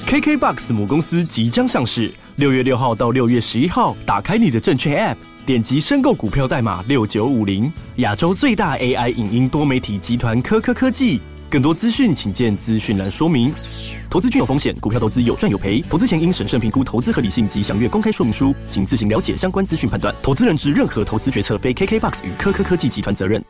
KKBOX 母公司即将上市，6月6号到6月11号，打开你的证券 App， 点击申购股票代码6950，亚洲最大 AI 影音多媒体集团科科技。更多资讯请见资讯栏说明。投资均有风险，股票投资有赚有赔，投资前应审慎评估投资合理性及详阅公开说明书，请自行了解相关资讯判断。投资人之任何投资决策非 KKBOX 与科技集团责任。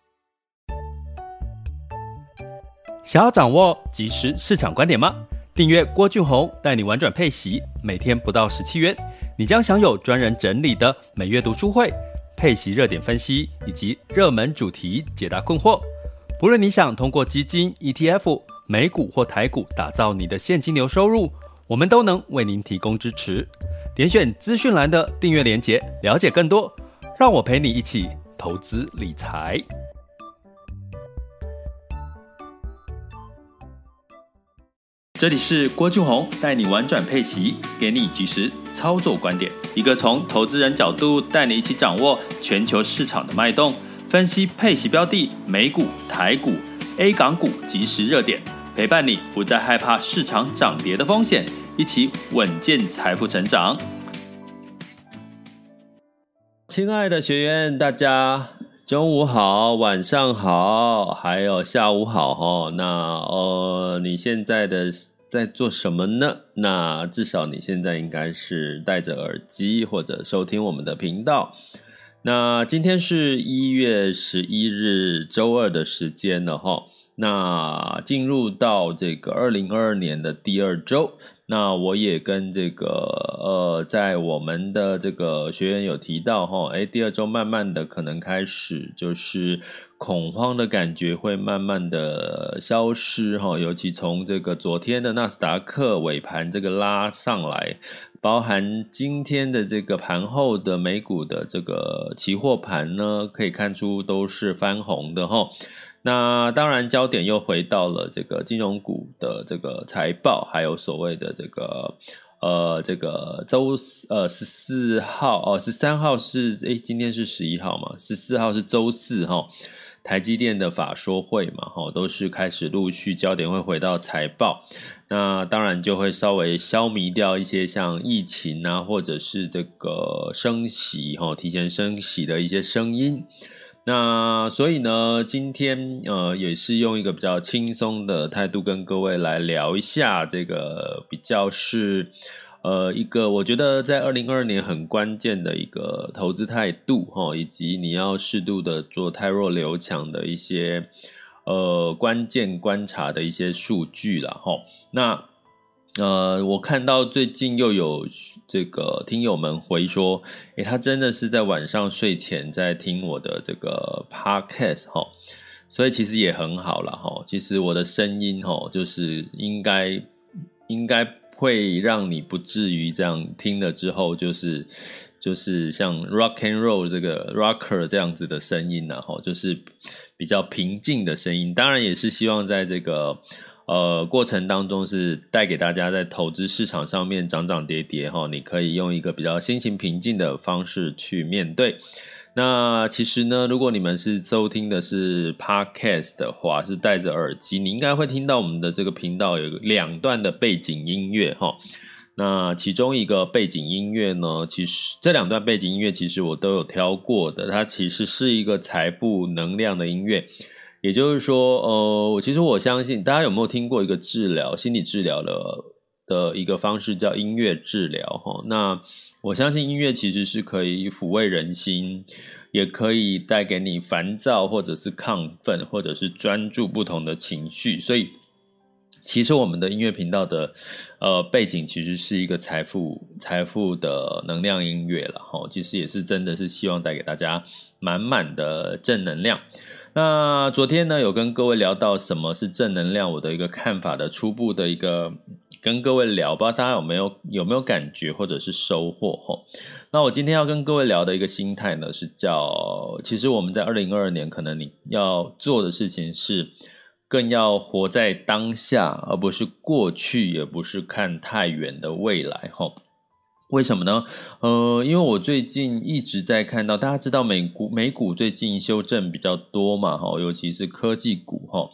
想要掌握即时市场观点吗？订阅郭俊宏带你玩转配息，每天不到17元，你将享有专人整理的每月读书会、配息热点分析以及热门主题解答困惑。不论你想通过基金、ETF、美股或台股打造你的现金流收入，我们都能为您提供支持。点选资讯栏的订阅连结，了解更多。让我陪你一起投资理财。这里是郭俊宏带你玩转配息，给你即时操作观点，一个从投资人角度带你一起掌握全球市场的脉动，分析配息标的、美股、台股、A 港股即时热点，陪伴你不再害怕市场涨跌的风险，一起稳健财富成长。亲爱的学员，大家中午好，晚上好，还有下午好。那你现在在做什么呢？那至少你现在应该是戴着耳机或者收听我们的频道。那今天是1月11日周二的时间了那进入到这个2022年的第2周。那我也跟这个在我们的这个学员有提到第2周慢慢的可能开始就是恐慌的感觉会慢慢的消失尤其从这个昨天的纳斯达克尾盘这个拉上来，包含今天的这个盘后的美股的这个期货盘呢，可以看出都是翻红的那当然焦点又回到了这个金融股的这个财报，还有所谓的这个周14号13号是今天是11号嘛，14号是周四台积电的法说会嘛都是开始陆续焦点会回到财报。那当然就会稍微消弭掉一些像疫情啊，或者是这个升息提前升息的一些声音。那所以呢，今天也是用一个比较轻松的态度跟各位来聊一下这个比较是一个我觉得在2022年很关键的一个投资态度以及你要适度的做汰弱留强的一些关键观察的一些数据啦那我看到最近又有这个听友们回说他真的是在晚上睡前在听我的这个 podcast 所以其实也很好啦其实我的声音就是应该会让你不至于这样听了之后就是像 rock and roll 这个 rocker 这样子的声音就是比较平静的声音。当然也是希望在这个过程当中是带给大家在投资市场上面涨涨跌跌你可以用一个比较心情平静的方式去面对。那其实呢，如果你们是收听的是 podcast 的话，是戴着耳机，你应该会听到我们的这个频道有2段的背景音乐那其中一个背景音乐呢，其实这2段背景音乐其实我都有挑过的，它其实是一个财富能量的音乐。也就是说其实我相信大家有没有听过一个心理治疗的一个方式叫音乐治疗那我相信音乐其实是可以抚慰人心，也可以带给你烦躁或者是亢奋或者是专注不同的情绪。所以其实我们的音乐频道的背景其实是一个财富的能量音乐啦其实也是真的是希望带给大家满满的正能量。那昨天呢有跟各位聊到什么是正能量，我的一个看法的初步的一个跟各位聊，不知道大家有没有感觉或者是收获那我今天要跟各位聊的一个心态呢是其实我们在2022年可能你要做的事情是更要活在当下，而不是过去，也不是看太远的未来为什么呢？因为我最近一直在看到，大家知道美股最近修正比较多嘛尤其是科技股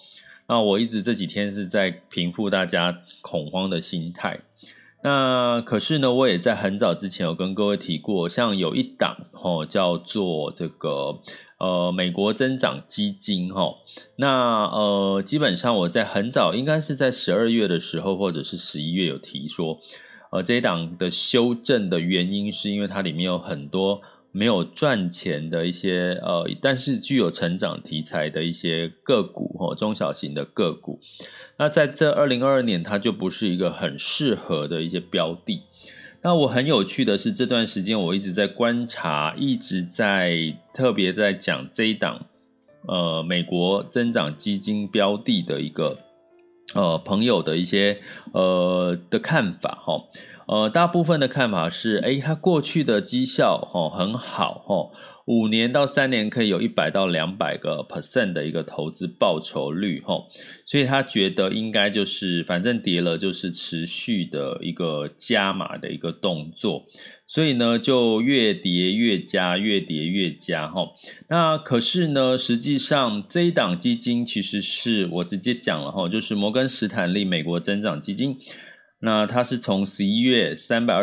那我一直这几天是在平复大家恐慌的心态。那可是呢，我也在很早之前有跟各位提过，像有一档叫做这个美国增长基金那基本上我在很早应该是在12月的时候或者是11月有提说这一档的修正的原因是因为它里面有很多没有赚钱的一些但是具有成长题材的一些个股中小型的个股，那在这2022年它就不是一个很适合的一些标的。那我很有趣的是这段时间我一直在观察，一直在特别在讲这一档美国增长基金标的的一个朋友的一些的看法大部分的看法是他过去的绩效很好5年到3年可以有100到200% 的一个投资报酬率所以他觉得应该就是反正跌了就是持续的一个加码的一个动作，所以呢就越跌越加，越跌越加那可是呢实际上这一档基金其实是我直接讲了就是摩根士丹利美国增长基金，那它是从11月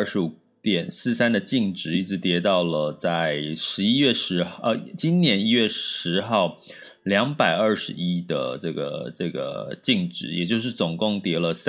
325.43的净值一直跌到了在今年1月10号221的这个净值，也就是总共跌了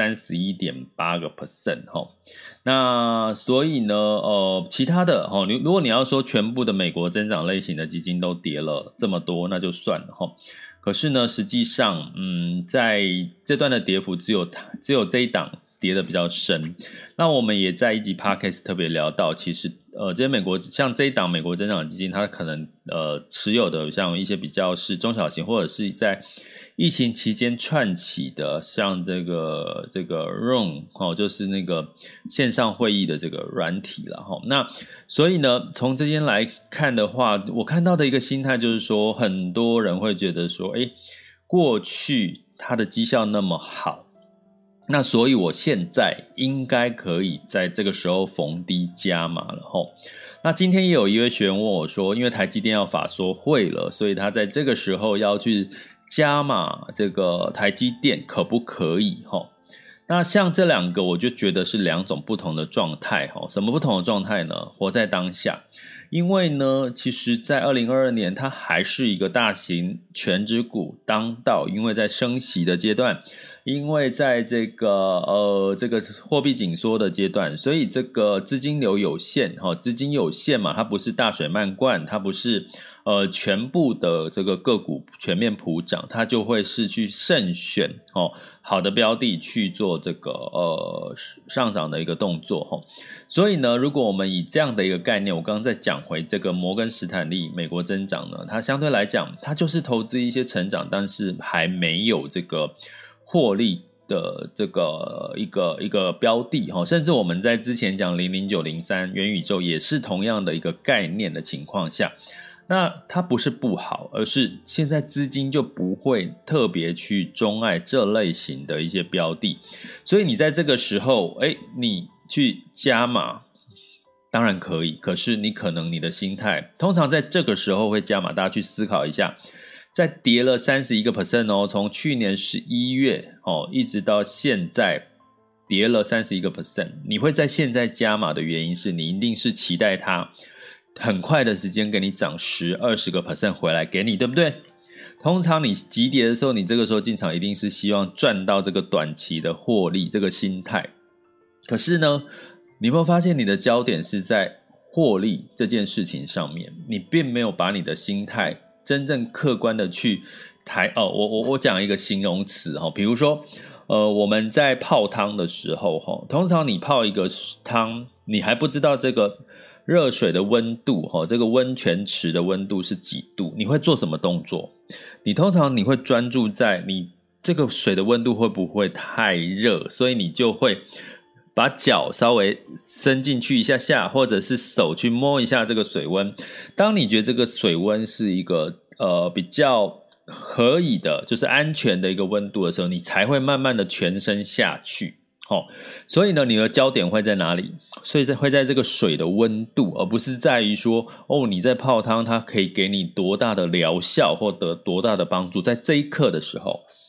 31.8% 那所以呢其他的如果你要说全部的美国增长类型的基金都跌了这么多那就算了可是呢实际上在这段的跌幅只有这一档跌得比较深。那我们也在一集 Podcast 特别聊到，其实这些像这一档美国增长基金，它可能持有的像一些比较是中小型或者是在疫情期间串起的，像这个 Room 就是那个线上会议的这个软体啦那所以呢从这边来看的话，我看到的一个心态就是说，很多人会觉得说过去它的绩效那么好，那所以我现在应该可以在这个时候逢低加码了那今天也有一位学员问我说，因为台积电要法说会了，所以他在这个时候要去加码这个台积电可不可以那像这两个我就觉得是两种不同的状态什么不同的状态呢？活在当下。因为呢其实在2022年它还是一个大型权值股当道，因为在升息的阶段，因为在这个货币紧缩的阶段，所以这个资金流有限资金有限嘛，它不是大水漫灌，它不是全部的这个个股全面普涨，它就会是去慎选好的标的去做这个上涨的一个动作所以呢如果我们以这样的一个概念，我刚刚再讲回这个摩根士丹利美国增长呢，它相对来讲它就是投资一些成长但是还没有这个获利的这个一个标的甚至我们在之前讲00903元宇宙也是同样的一个概念的情况下，那它不是不好，而是现在资金就不会特别去钟爱这类型的一些标的，所以你在这个时候你去加码当然可以，可是你可能你的心态通常在这个时候会加码，大家去思考一下，在跌了 31% 从去年11月一直到现在跌了 31%， 你会在现在加码的原因是你一定是期待它很快的时间给你涨 10-20% 回来给你，对不对？通常你急跌的时候，你这个时候进场一定是希望赚到这个短期的获利，这个心态。可是呢你有没有发现你的焦点是在获利这件事情上面，你并没有把你的心态真正客观的去我讲一个形容词比如说我们在泡汤的时候通常你泡一个汤，你还不知道这个热水的温度这个温泉池的温度是几度，你会做什么动作？通常你会专注在你这个水的温度会不会太热，所以你就会把脚稍微伸进去一下下，或者是手去摸一下这个水温。当你觉得这个水温是一个比较可以的，就是安全的一个温度的时候，你才会慢慢的全身下去所以呢你的焦点会在哪里？所以会在这个水的温度，而不是在于说你在泡汤它可以给你多大的疗效或者多大的帮助，在这一刻的时候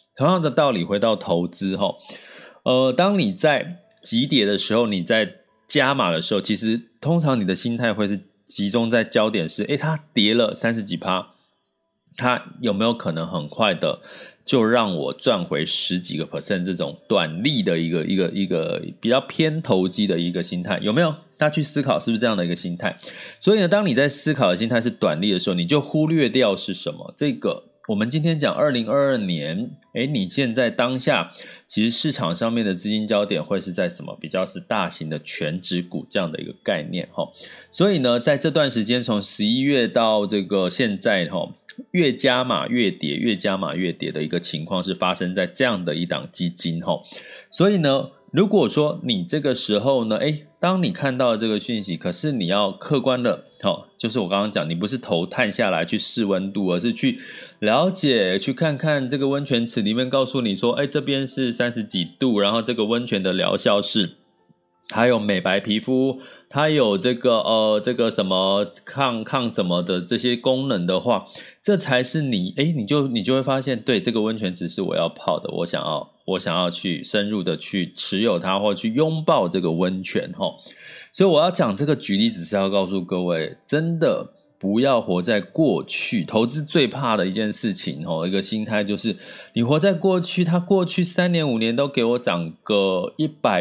同样的道理回到投资当你在急跌的时候，你在加码的时候，其实通常你的心态会是集中在焦点是它跌了30几%，它有没有可能很快的就让我赚回10几个%这种短利的一个比较偏投机的一个心态，有没有？大家去思考是不是这样的一个心态？所以呢，当你在思考的心态是短利的时候，你就忽略掉是什么？这个我们今天讲2022年，你现在当下其实市场上面的资金焦点会是在什么？比较是大型的全指股这样的一个概念所以呢，在这段时间从11月到这个现在越加码越跌，越加码越跌的一个情况是发生在这样的一档基金所以呢，如果说你这个时候呢，当你看到这个讯息，可是你要客观的就是我刚刚讲，你不是头探下来去试温度，而是去了解，去看看这个温泉池里面告诉你说，这边是30几度，然后这个温泉的疗效是它有美白皮肤，它有这个什么抗什么的这些功能的话，这才是你就会发现，对，这个温泉池是我要泡的，我想要去深入的去持有它，或去拥抱这个温泉所以我要讲这个举例，只是要告诉各位，真的不要活在过去。投资最怕的一件事情一个心态就是你活在过去，它过去3年5年都给我涨个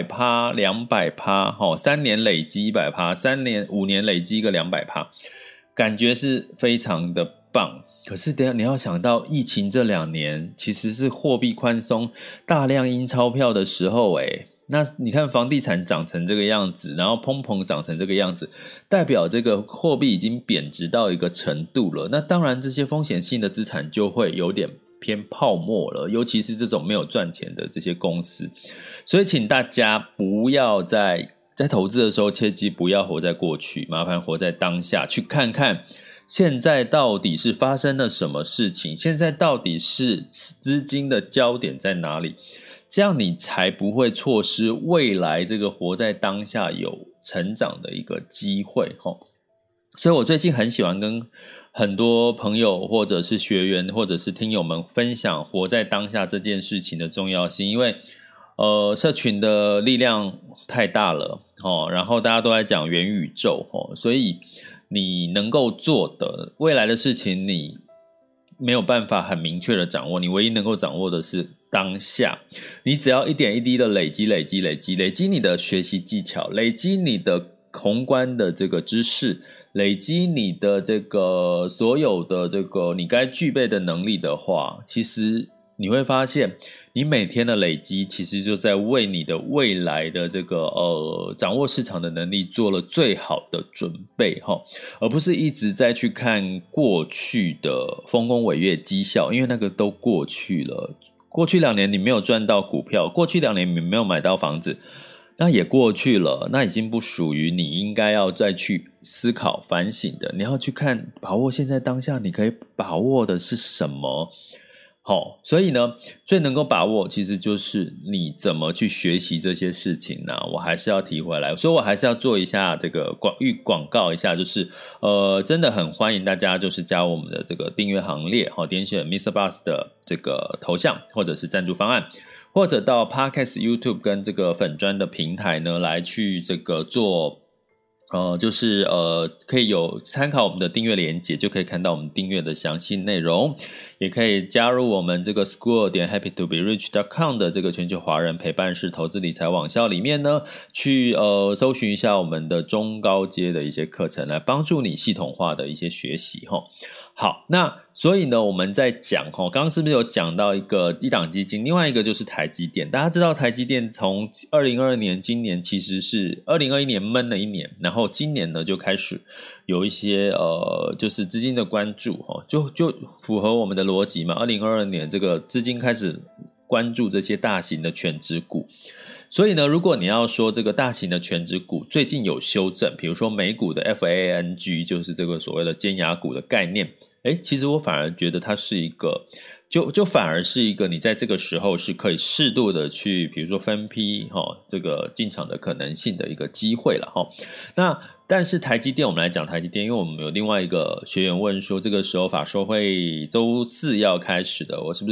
100%、200%3年累积 100%，3年5年累积一个 200%， 感觉是非常的棒。可是等一下你要想到疫情这2年其实是货币宽松大量印钞票的时候那你看房地产涨成这个样子，然后通膨涨成这个样子，代表这个货币已经贬值到一个程度了，那当然这些风险性的资产就会有点偏泡沫了，尤其是这种没有赚钱的这些公司。所以请大家不要在投资的时候切记不要活在过去，麻烦活在当下，去看看现在到底是发生了什么事情，现在到底是资金的焦点在哪里，这样你才不会错失未来这个活在当下有成长的一个机会所以我最近很喜欢跟很多朋友或者是学员或者是听友们分享活在当下这件事情的重要性，因为社群的力量太大了然后大家都在讲元宇宙所以你能够做的未来的事情你没有办法很明确的掌握，你唯一能够掌握的是当下。你只要一点一滴的累积你的学习技巧，累积你的宏观的这个知识，累积你的这个所有的这个你该具备的能力的话，其实你会发现你每天的累积其实就在为你的未来的这个掌握市场的能力做了最好的准备而不是一直在去看过去的丰功伟业绩效，因为那个都过去了。过去2年你没有赚到股票，过去2年你没有买到房子，那也过去了，那已经不属于你应该要再去思考反省的。你要去看把握现在当下你可以把握的是什么所以呢最能够把握其实就是你怎么去学习这些事情呢我还是要提回来，所以我还是要做一下这个广告一下，就是真的很欢迎大家就是加入我们的这个订阅行列点选 MrBoss 的这个头像或者是赞助方案，或者到 Podcast YouTube 跟这个粉专的平台呢来去这个做就是可以有参考我们的订阅连结，就可以看到我们订阅的详细内容，也可以加入我们这个 school.happytoberich.com 的这个全球华人陪伴式投资理财网校里面呢，去搜寻一下我们的中高阶的一些课程，来帮助你系统化的一些学习好，那所以呢我们在讲刚刚是不是有讲到一档基金，另外一个就是台积电。大家知道台积電从2022年今年其实是2021年闷了1年，然后今年呢就开始有一些就是资金的关注就符合我们的逻辑嘛。2022年这个资金开始关注这些大型的全指股，所以呢如果你要说这个大型的全指股最近有修正，比如说美股的 FANG 就是这个所谓的尖牙股的概念，其实我反而觉得它是一个就反而是一个你在这个时候是可以适度的去比如说分批这个进场的可能性的一个机会了那但是台积电，我们来讲台积电，因为我们有另外一个学员问说这个时候法说会周4要开始的，我是不是可以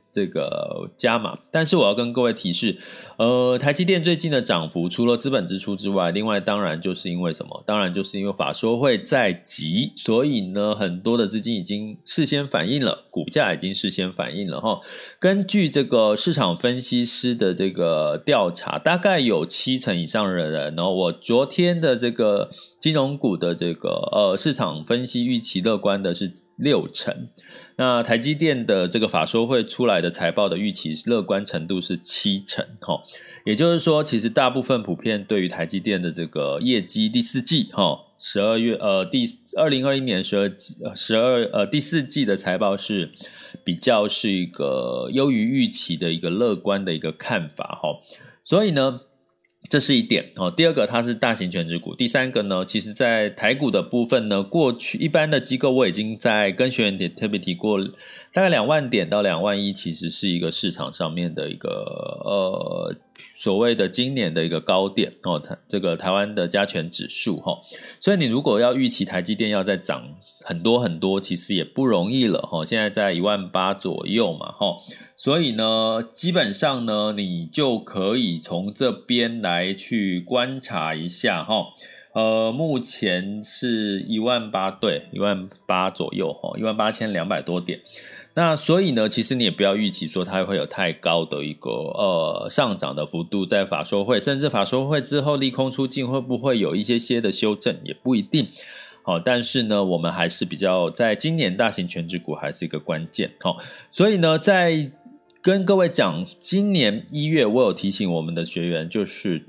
这个加码。但是我要跟各位提示，台积电最近的涨幅除了资本支出之外，另外当然就是因为什么？当然就是因为法说会在即，所以呢很多的资金已经事先反映了，股价已经事先反映了齁。根据这个市场分析师的这个调查，大概有70%以上的人，然后我昨天的这个金融股的这个市场分析预期乐观的是60%，那台积电的这个法说会出来的财报的预期乐观程度是70%齁。也就是说，其实大部分普遍对于台积电的这个业绩第四季12月2021年第四季的财报是比较是一个优于预期的一个乐观的一个看法所以呢这是一点第二个它是大型权值股，第三个呢，其实在台股的部分呢，过去一般的机构我已经在跟学员特别提过，大概2万点到2万1其实是一个市场上面的一个所谓的今年的一个高点这个台湾的加权指数所以你如果要预期台积电要再涨很多很多，其实也不容易了现在在18000左右嘛所以呢基本上呢你就可以从这边来去观察一下目前是18000，对，18000左右18200多点。那所以呢其实你也不要预期说它会有太高的一个上涨的幅度，在法说会甚至法说会之后利空出尽会不会有一些的修正也不一定但是呢我们还是比较在今年大型权值股还是一个关键所以呢在跟各位讲，今年1月我有提醒我们的学员，就是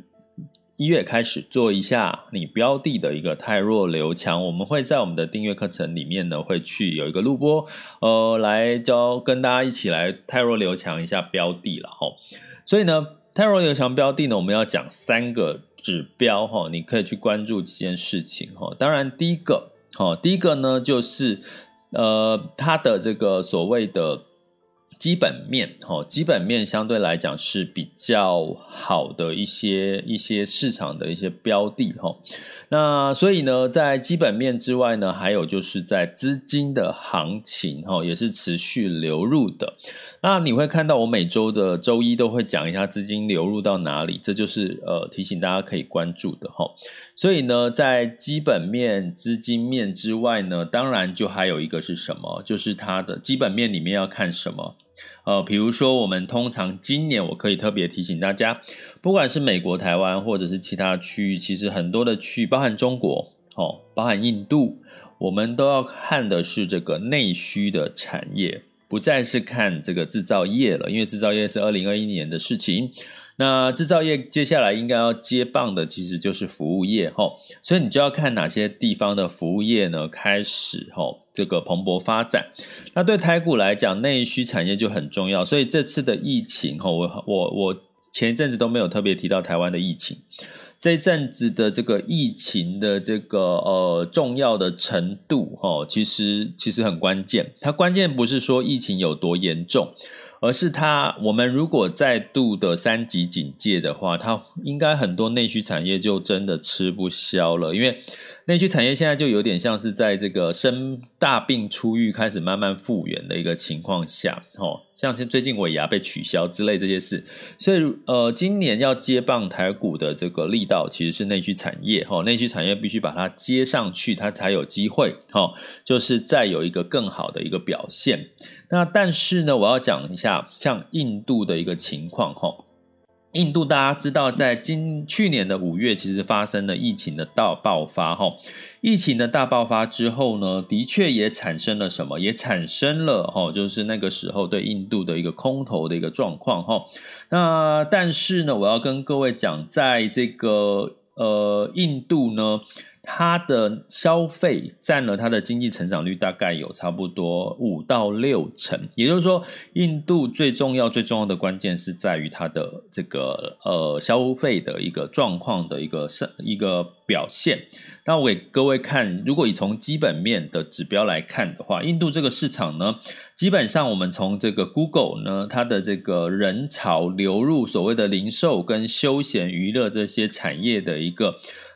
1月开始做一下你标的的一个汰弱留强，我们会在我们的订阅课程里面呢，会去有一个录播，来跟大家一起来汰弱留强一下标的了所以呢，汰弱留强标的呢，我们要讲3个指标你可以去关注几件事情当然第一个呢就是它的这个所谓的基本面相对来讲是比较好的一些市场的一些标的那所以呢在基本面之外呢，还有就是在资金的行情也是持续流入的。那你会看到我每周的周一都会讲一下资金流入到哪里，这就是提醒大家可以关注的所以呢在基本面资金面之外呢，当然就还有一个是什么，就是它的基本面里面要看什么比如说我们通常今年我可以特别提醒大家，不管是美国、台湾或者是其他区域，其实很多的区域包含中国包含印度，我们都要看的是这个内需的产业，不再是看这个制造业了，因为制造业是2021年的事情，那制造业接下来应该要接棒的其实就是服务业所以你就要看哪些地方的服务业呢开始这个蓬勃发展。那对台股来讲，内需产业就很重要，所以这次的疫情我前一阵子都没有特别提到台湾的疫情，这一阵子的这个疫情的这个重要的程度其实很关键。它关键不是说疫情有多严重，而是我们如果再度的3级警戒的话，它应该很多内需产业就真的吃不消了，因为内需产业现在就有点像是在这个生大病初愈开始慢慢复原的一个情况下像是最近尾牙被取消之类这些事，所以今年要接棒台股的这个力道其实是内需产业内需产业必须把它接上去，它才有机会就是再有一个更好的一个表现。那但是呢我要讲一下像印度的一个情况印度大家知道在去年的5月其实发生了疫情的大爆发疫情的大爆发之后呢，的确也产生了什么，也产生了就是那个时候对印度的一个空头的一个状况那但是呢我要跟各位讲，在这个印度呢，它的消费占了它的经济成长率大概有差不多5到6成，也就是说印度最重要的关键是在于它的这个消费的一个状况的一个表现。那我给各位看，如果以从基本面的指标来看的话，印度这个市场呢，基本上我们从这个 Google 呢，它的这个人潮流入所谓的零售跟休闲娱乐这些产业的一个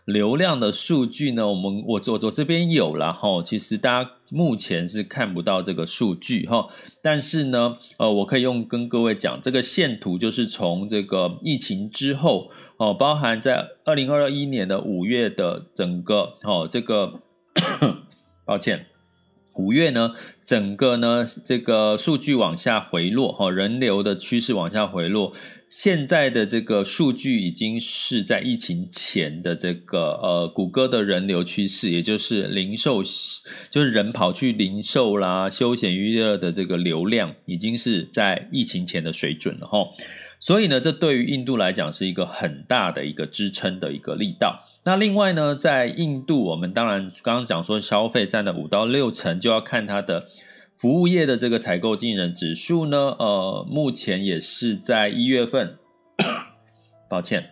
流量的数据呢，我这边有啦齁，其实大家目前是看不到这个数据齁，但是呢我可以跟各位讲，这个线图就是从这个疫情之后包含在2021年的5月的整个这个抱歉5月呢，整个呢这个数据往下回落人流的趋势往下回落，现在的这个数据已经是在疫情前的这个谷歌的人流趋势，也就是零售，就是人跑去零售啦、休闲娱乐的这个流量，已经是在疫情前的水准了齁。所以呢，这对于印度来讲是一个很大的一个支撑的一个力道。那另外呢，在印度我们当然刚刚讲说消费占了5到6成，就要看它的服务业的这个采购经理人指数呢，目前也是在1月份抱歉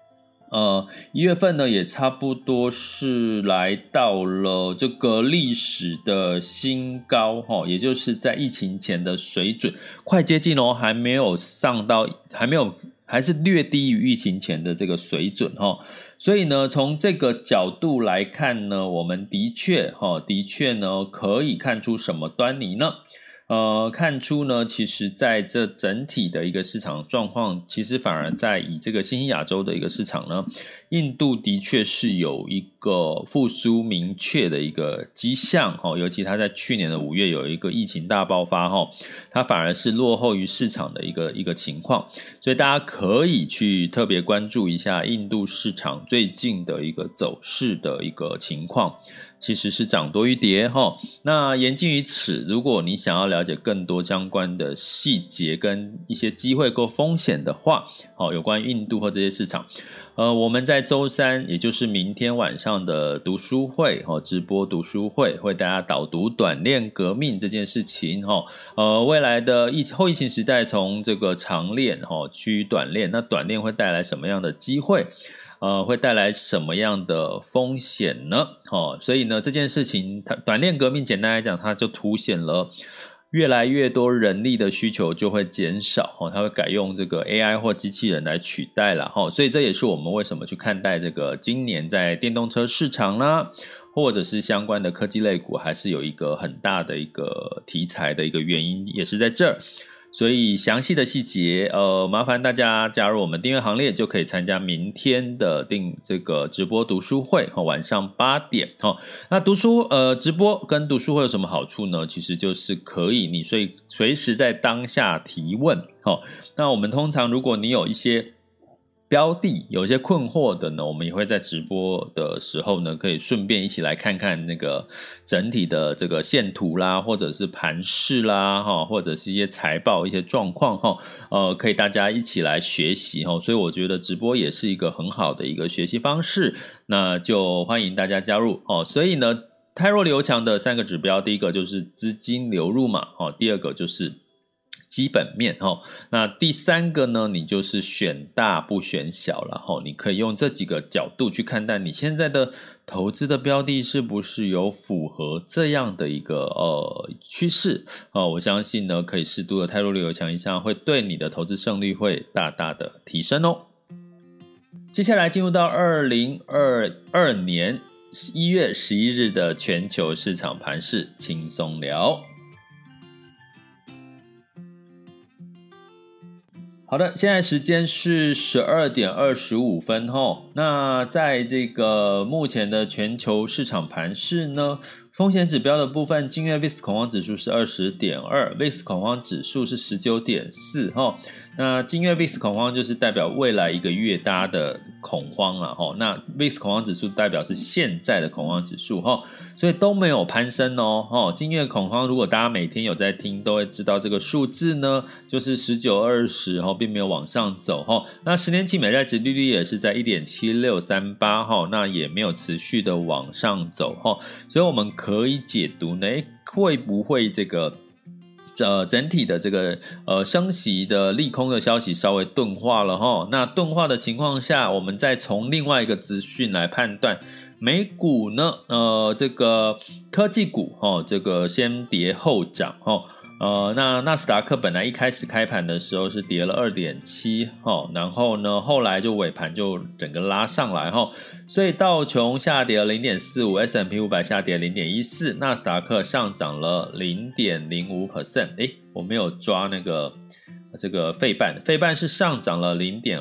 1月份呢也差不多是来到了这个历史的新高也就是在疫情前的水准，快接近还没有上到，还是略低于疫情前的这个水准所以呢，从这个角度来看呢，我们的确呢可以看出什么端倪呢？看出呢，其实在这整体的一个市场状况，其实反而在以这个新兴亚洲的一个市场呢，印度的确是有一个复苏明确的一个迹象尤其它在去年的5月有一个疫情大爆发它反而是落后于市场的一个情况，所以大家可以去特别关注一下印度市场最近的一个走势的一个情况。其实是涨多于跌那言尽于此，如果你想要了解更多相关的细节跟一些机会或风险的话有关印度或这些市场我们在周3也就是明天晚上的读书会直播读书会，为大家导读短链革命这件事情未来的后疫情时代从这个长链趋于短链，那短链会带来什么样的机会会带来什么样的风险呢所以呢这件事情短链革命简单来讲，它就凸显了越来越多人力的需求就会减少它会改用这个 AI 或机器人来取代啦所以这也是我们为什么去看待这个今年在电动车市场啦或者是相关的科技类股还是有一个很大的一个题材的一个原因，也是在这儿。所以详细的细节麻烦大家加入我们订阅行列，就可以参加明天的这个直播读书会晚上8点那直播跟读书会有什么好处呢？其实就是可以你随时在当下提问那我们通常如果你有一些标的有一些困惑的呢，我们也会在直播的时候呢，可以顺便一起来看看那个整体的这个线图啦，或者是盘势啦或者是一些财报一些状况可以大家一起来学习所以我觉得直播也是一个很好的一个学习方式，那就欢迎大家加入所以呢汰弱留强的3个指标，第一个就是资金流入嘛第二个就是基本面那第3个呢，你就是选大不选小了你可以用这几个角度去看待你现在的投资的标的是不是有符合这样的一个趋势我相信呢可以适度的汰弱留强一下，会对你的投资胜率会大大的提升接下来进入到2022年1月11日的全球市场盘势轻松聊。好的，现在时间是12点25分那在这个目前的全球市场盘势呢，风险指标的部分，今月 VIX 恐慌指数是 20.2， VIX 恐慌指数是 19.4 那今月 VIX 恐慌就是代表未来一个月大家的恐慌啦那 VIX 恐慌指数代表是现在的恐慌指数所以都没有攀升今月恐慌如果大家每天有在听都会知道这个数字呢就是19、20并没有往上走那10年期美债殖利率也是在 1.7638 那也没有持续的往上走所以我们可以解读呢会不会这个整体的这个升息的利空的消息稍微钝化了那钝化的情况下，我们再从另外一个资讯来判断美股呢这个科技股这个先跌后涨那纳斯达克本来一开始开盘的时候是跌了 2.7 然后呢后来就尾盘就整个拉上来所以道琼下跌了 0.45， S&P 500下跌 0.14， 纳斯达克上涨了 0.05%。 我没有抓那个这个费半是上涨了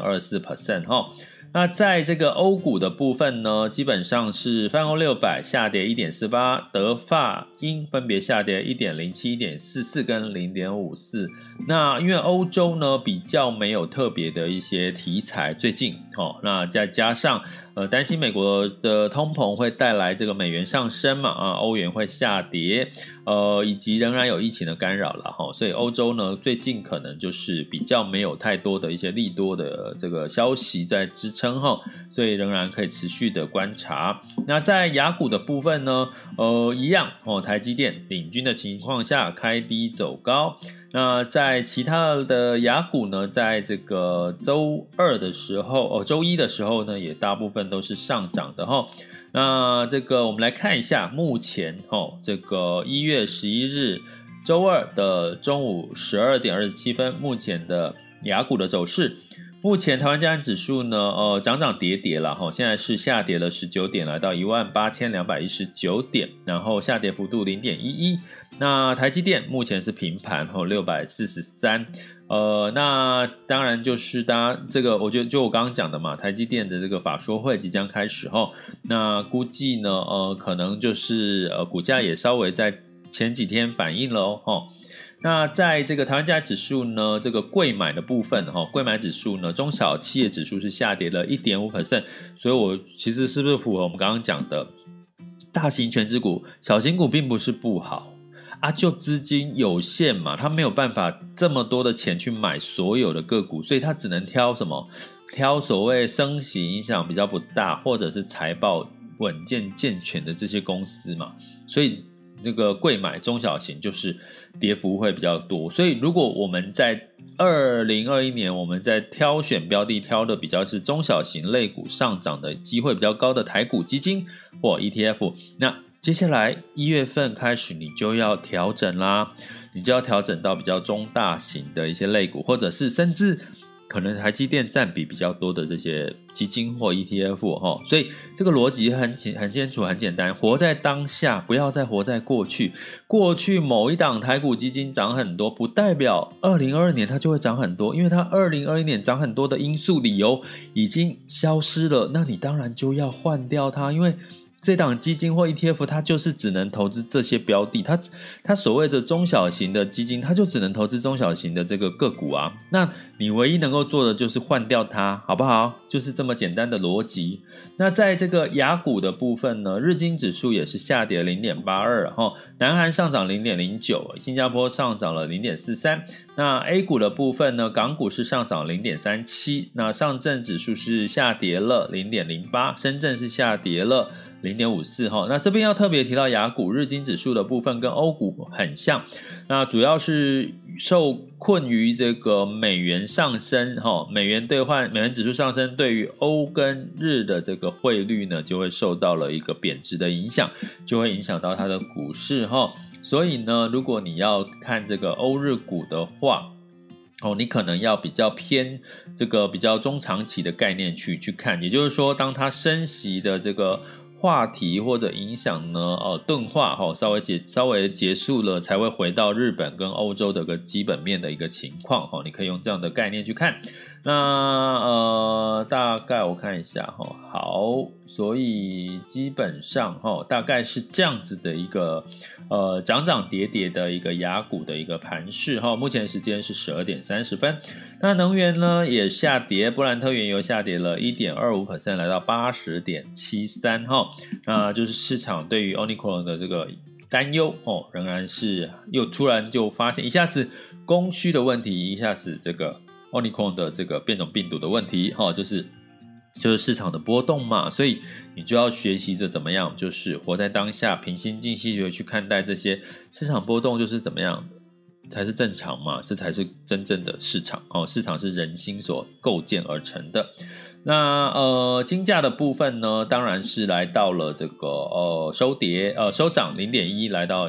0.24%。那在这个欧股的部分呢，基本上是泛欧600下跌 1.48， 德法英分别下跌 1.07、 1.44 跟 0.54。 那因为欧洲呢比较没有特别的一些题材最近那再加上担心美国的通膨会带来这个美元上升嘛欧元会下跌以及仍然有疫情的干扰了所以欧洲呢最近可能就是比较没有太多的一些利多的这个消息在支撑所以仍然可以持续的观察。那在亚股的部分呢一样台积电领军的情况下开低走高。那在其他的亚股呢，在这个周一的时候呢，也大部分都是上涨的那这个我们来看一下，目前这个1月11日周二的中午12点27分，目前的亚股的走势。目前台湾加权指数呢涨跌了现在是下跌了19点，来到 18,219 点，然后下跌幅度 0.11。 那台积电目前是平盘643。那当然就是大家这个我觉得就我刚刚讲的嘛，台积电的这个法说会即将开始那估计呢可能就是股价也稍微在前几天反应了那在这个台湾加指数呢，这个柜买的部分柜买指数呢，中小企业指数是下跌了 1.5%， 所以我其实是不是符合我们刚刚讲的大型权值股，小型股并不是不好就资金有限嘛，他没有办法这么多的钱去买所有的个股，所以他只能挑什么？挑所谓升息影响比较不大，或者是财报稳健健全的这些公司嘛，所以这个柜买中小型就是跌幅会比较多。所以如果我们在2021年我们在挑选标的挑的比较是中小型类股上涨的机会比较高的台股基金或 ETF， 那接下来1月份开始你就要调整啦，你就要调整到比较中大型的一些类股，或者是甚至可能台积电占比比较多的这些基金或 ETF 所以这个逻辑很清楚很简单，活在当下，不要再活在过去。过去某一档台股基金涨很多，不代表2022年它就会涨很多，因为它2021年涨很多的因素理由已经消失了，那你当然就要换掉它，因为这档基金或 ETF 它就是只能投资这些标的，它所谓的中小型的基金它就只能投资中小型的这个个股那你唯一能够做的就是换掉它，好不好？就是这么简单的逻辑。那在这个亚股的部分呢，日经指数也是下跌 0.82 南韩上涨 0.09， 新加坡上涨了 0.43。 那 A 股的部分呢，港股是上涨 0.37， 那上证指数是下跌了 0.08， 深圳是下跌了0.54那这边要特别提到亚股日经指数的部分跟欧股很像，那主要是受困于这个美元上升美元指数上升，对于欧跟日的这个汇率呢就会受到了一个贬值的影响，就会影响到它的股市所以呢如果你要看这个欧日股的话你可能要比较偏这个比较中长期的概念去看，也就是说当它升息的这个话题或者影响呢钝化稍微结束了，才会回到日本跟欧洲的个基本面的一个情况你可以用这样的概念去看。那大概我看一下好，所以基本上大概是这样子的一个涨跌的一个亚股的一个盘势目前时间是12点30分。那能源呢也下跌，布兰特原油下跌了 1.25%， 来到 80.73 那就是市场对于 Omicron 的这个担忧仍然是又突然就发现一下子供需的问题，一下子这个Omicron 的这个变种病毒的问题就是市场的波动嘛，所以你就要学习着怎么样就是活在当下，平心静气的去看待这些市场波动，就是怎么样才是正常嘛，这才是真正的市场市场是人心所构建而成的。 那金价的部分呢，当然是来到了这个收涨 0.1 来到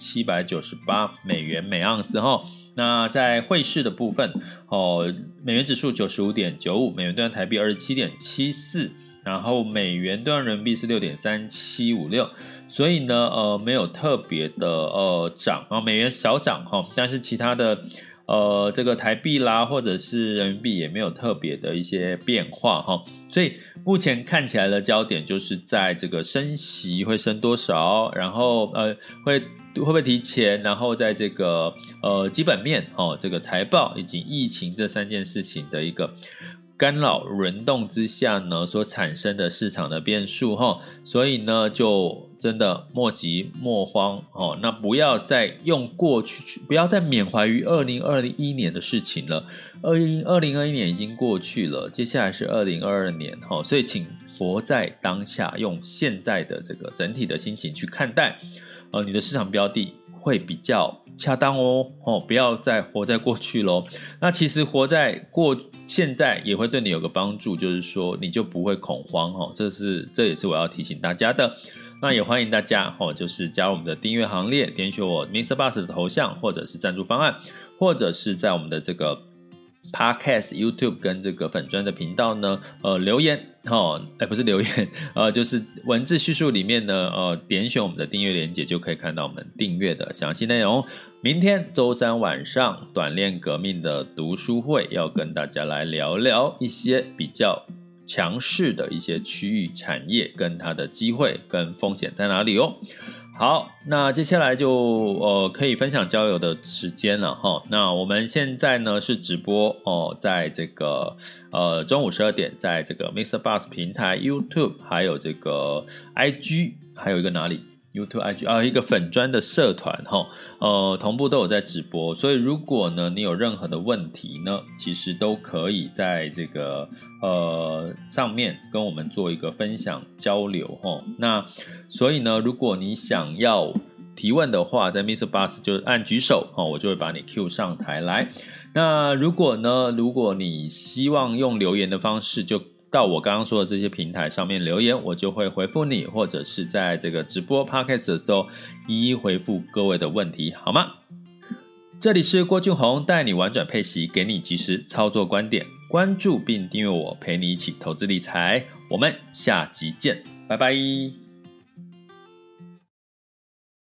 1798美元每盎司哈。那在汇市的部分美元指数 95.95， 美元兑换台币 27.74， 然后美元兑换人民币是 6.3756， 所以呢没有特别的涨美元小涨但是其他的这个台币啦或者是人民币也没有特别的一些变化所以目前看起来的焦点就是在这个升息会升多少，然后会不会提前，然后在这个基本面这个财报以及疫情这3件事情的一个干扰轮动之下呢所产生的市场的变数所以呢就真的莫急莫慌那不要再用过去，不要再缅怀于2021年的事情了。2021年已经过去了，接下来是2022年所以请活在当下，用现在的这个整体的心情去看待你的市场标的会比较恰当不要再活在过去咯。那其实活在现在也会对你有个帮助，就是说你就不会恐慌这也是我要提醒大家的。那也欢迎大家就是加入我们的订阅行列，点选我 MrBoss 的头像，或者是赞助方案，或者是在我们的这个 Podcast YouTube 跟这个粉专的频道呢留言不是留言就是文字叙述里面呢点选我们的订阅连结，就可以看到我们订阅的详细内容。明天周三晚上短链革命的读书会要跟大家来聊聊一些比较强势的一些区域产业跟它的机会跟风险在哪里好，那接下来就可以分享交流的时间了那我们现在呢是直播在这个中午12点，在这个 MrBoss 平台 YouTube 还有这个 IG， 还有一个哪里YouTube IG 一个粉专的社团同步都有在直播，所以如果呢你有任何的问题呢，其实都可以在这个上面跟我们做一个分享交流那所以呢如果你想要提问的话，在 MrBoss 就按举手我就会把你 Q 上台来。那如果你希望用留言的方式，就到我刚刚说的这些平台上面留言，我就会回复你，或者是在这个直播 Podcast 的时候一一回复各位的问题，好吗？这里是郭俊宏，带你玩转配息，给你及时操作观点，关注并订阅我，陪你一起投资理财。我们下集见，拜拜。